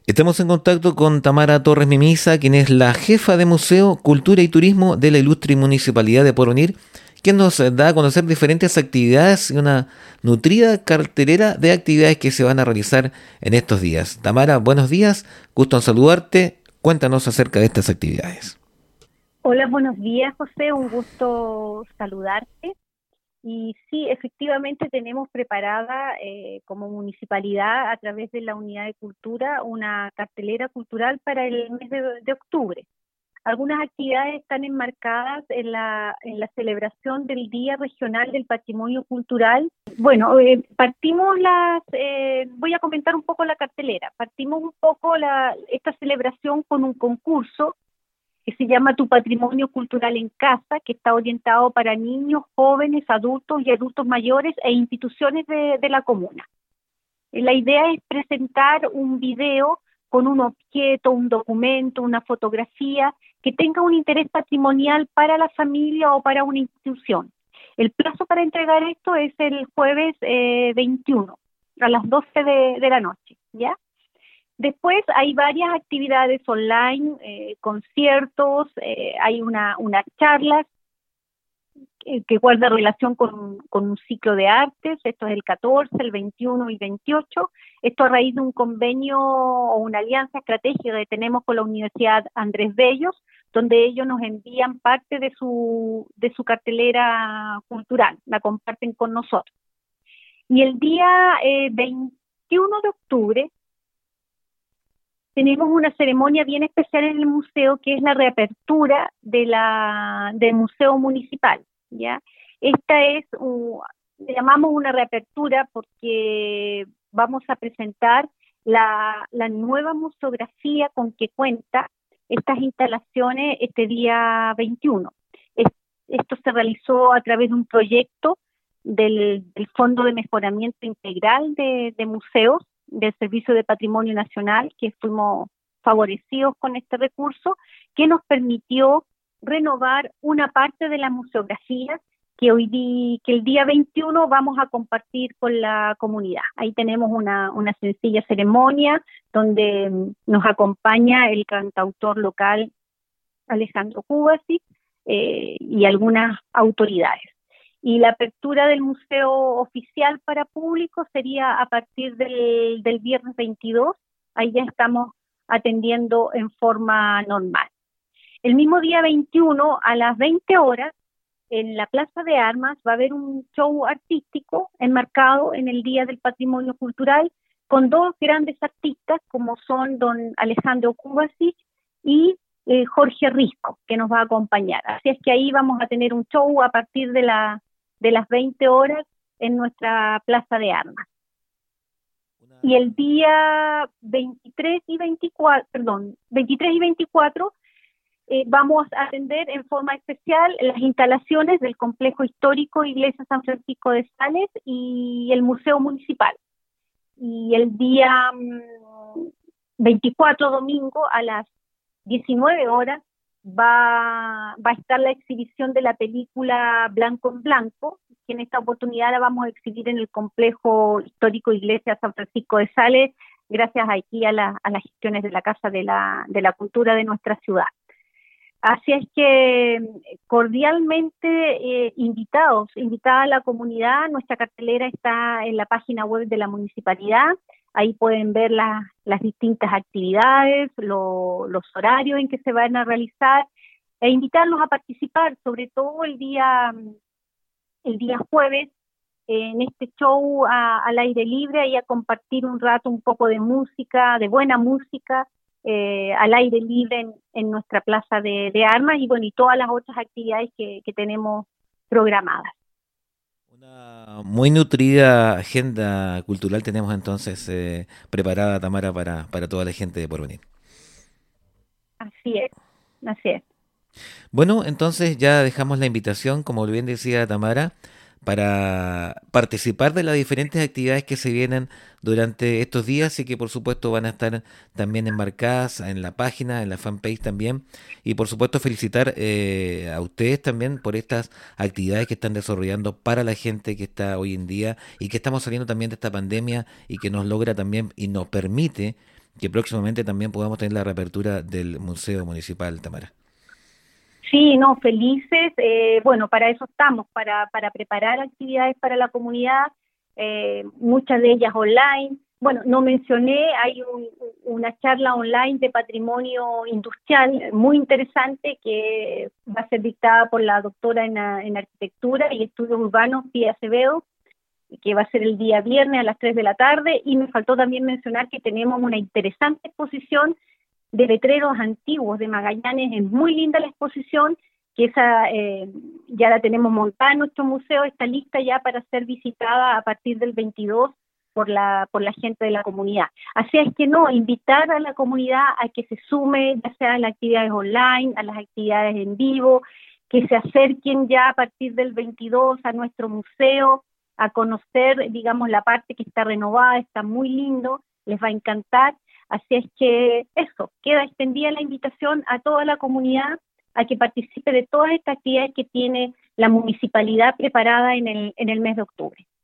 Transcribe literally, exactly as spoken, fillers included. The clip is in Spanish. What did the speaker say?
Estamos en contacto con Tamara Torres Mimisa, quien es la jefa de Museo, Cultura y Turismo de la ilustre Municipalidad de Porvenir, quien nos eh, da a conocer diferentes actividades y una nutrida cartelera de actividades que se van a realizar en estos días. Tamara, buenos días, gusto en saludarte. Cuéntanos acerca de estas actividades. Hola, buenos días, José. Un gusto saludarte. Y sí, efectivamente tenemos preparada eh, como municipalidad a través de la Unidad de Cultura una cartelera cultural para el mes de, de octubre. Algunas actividades están enmarcadas en la, en la celebración del Día Regional del Patrimonio Cultural. Bueno, eh, partimos las, eh, voy a comentar un poco la cartelera. Partimos un poco la, esta celebración con un concurso que se llama Tu Patrimonio Cultural en Casa, que está orientado para niños, jóvenes, adultos y adultos mayores e instituciones de, de la comuna. La idea es presentar un video con un objeto, un documento, una fotografía que tenga un interés patrimonial para la familia o para una institución. El plazo para entregar esto es el jueves eh, veintiuno a las doce de, de la noche, ¿ya? Después hay varias actividades online, eh, conciertos, eh, hay una, unas charlas que, que guarda relación con, con un ciclo de artes. Esto es el catorce, el veintiuno y veintiocho. Esto a raíz de un convenio o una alianza estratégica que tenemos con la Universidad Andrés Bellos, donde ellos nos envían parte de su, de su cartelera cultural, la comparten con nosotros. Y el día eh, veintiuno de octubre, tenemos una ceremonia bien especial en el museo, que es la reapertura de la, del Museo Municipal, ¿ya? Esta es, uh, le llamamos una reapertura porque vamos a presentar la, la nueva museografía con que cuenta estas instalaciones este día veintiuno. Es, esto se realizó a través de un proyecto del, del Fondo de Mejoramiento Integral de, de Museos, del Servicio de Patrimonio Nacional, que fuimos favorecidos con este recurso, que nos permitió renovar una parte de la museografía que hoy di, que el día veintiuno vamos a compartir con la comunidad. Ahí tenemos una, una sencilla ceremonia donde nos acompaña el cantautor local Alejandro Kubasi eh, y algunas autoridades. Y la apertura del museo oficial para público sería a partir del, del viernes veintidós. Ahí ya estamos atendiendo en forma normal. El mismo día veintiuno, a las veinte horas, en la Plaza de Armas va a haber un show artístico enmarcado en el Día del Patrimonio Cultural con dos grandes artistas como son don Alejandro Kubasi y eh, Jorge Risco, que nos va a acompañar. Así es que ahí vamos a tener un show a partir de la de las veinte horas en nuestra Plaza de Armas. Y el día veintitrés y veinticuatro, perdón, veintitrés y veinticuatro eh, vamos a atender en forma especial las instalaciones del Complejo Histórico Iglesia San Francisco de Sales y el Museo Municipal. Y el día mmm, veinticuatro, domingo, a las diecinueve horas, Va, va a estar la exhibición de la película Blanco en Blanco, que en esta oportunidad la vamos a exhibir en el Complejo Histórico Iglesia San Francisco de Sales, gracias aquí a, la, a las gestiones de la Casa de la, de la Cultura de nuestra ciudad. Así es que cordialmente eh, invitados, invitada a la comunidad. Nuestra cartelera está en la página web de la municipalidad. Ahí pueden ver la, las distintas actividades, lo, los horarios en que se van a realizar e invitarlos a participar, sobre todo el día, el día jueves, en este show a, al aire libre y a compartir un rato un poco de música, de buena música, eh, al aire libre en, en nuestra Plaza de, de Armas y bueno, y todas las otras actividades que, que tenemos programadas. Una muy nutrida agenda cultural tenemos entonces eh, preparada, Tamara, para, para toda la gente de Porvenir. Así es, así es. Bueno, entonces ya dejamos la invitación, como bien decía Tamara, para participar de las diferentes actividades que se vienen durante estos días y que por supuesto van a estar también enmarcadas en la página, en la fanpage también. Y por supuesto felicitar eh, a ustedes también por estas actividades que están desarrollando para la gente que está hoy en día y que estamos saliendo también de esta pandemia y que nos logra también y nos permite que próximamente también podamos tener la reapertura del Museo Municipal, Tamara. Sí, no, felices. Eh, bueno, para eso estamos, para, para preparar actividades para la comunidad, eh, muchas de ellas online. Bueno, no mencioné, hay un, una charla online de patrimonio industrial muy interesante que va a ser dictada por la doctora en, en Arquitectura y Estudios Urbanos, Pía Acevedo, que va a ser el día viernes a las tres de la tarde. Y me faltó también mencionar que tenemos una interesante exposición de letreros antiguos de Magallanes. Es muy linda la exposición, que esa eh, ya la tenemos montada en nuestro museo, está lista ya para ser visitada a partir del veintidós por la, por la gente de la comunidad. Así es que no, invitar a la comunidad a que se sume, ya sea a las actividades online, a las actividades en vivo, que se acerquen ya a partir del veintidós a nuestro museo, a conocer, digamos, la parte que está renovada, está muy lindo, les va a encantar. Así es que eso, queda extendida la invitación a toda la comunidad a que participe de todas estas actividades que tiene la municipalidad preparada en el, en el mes de octubre.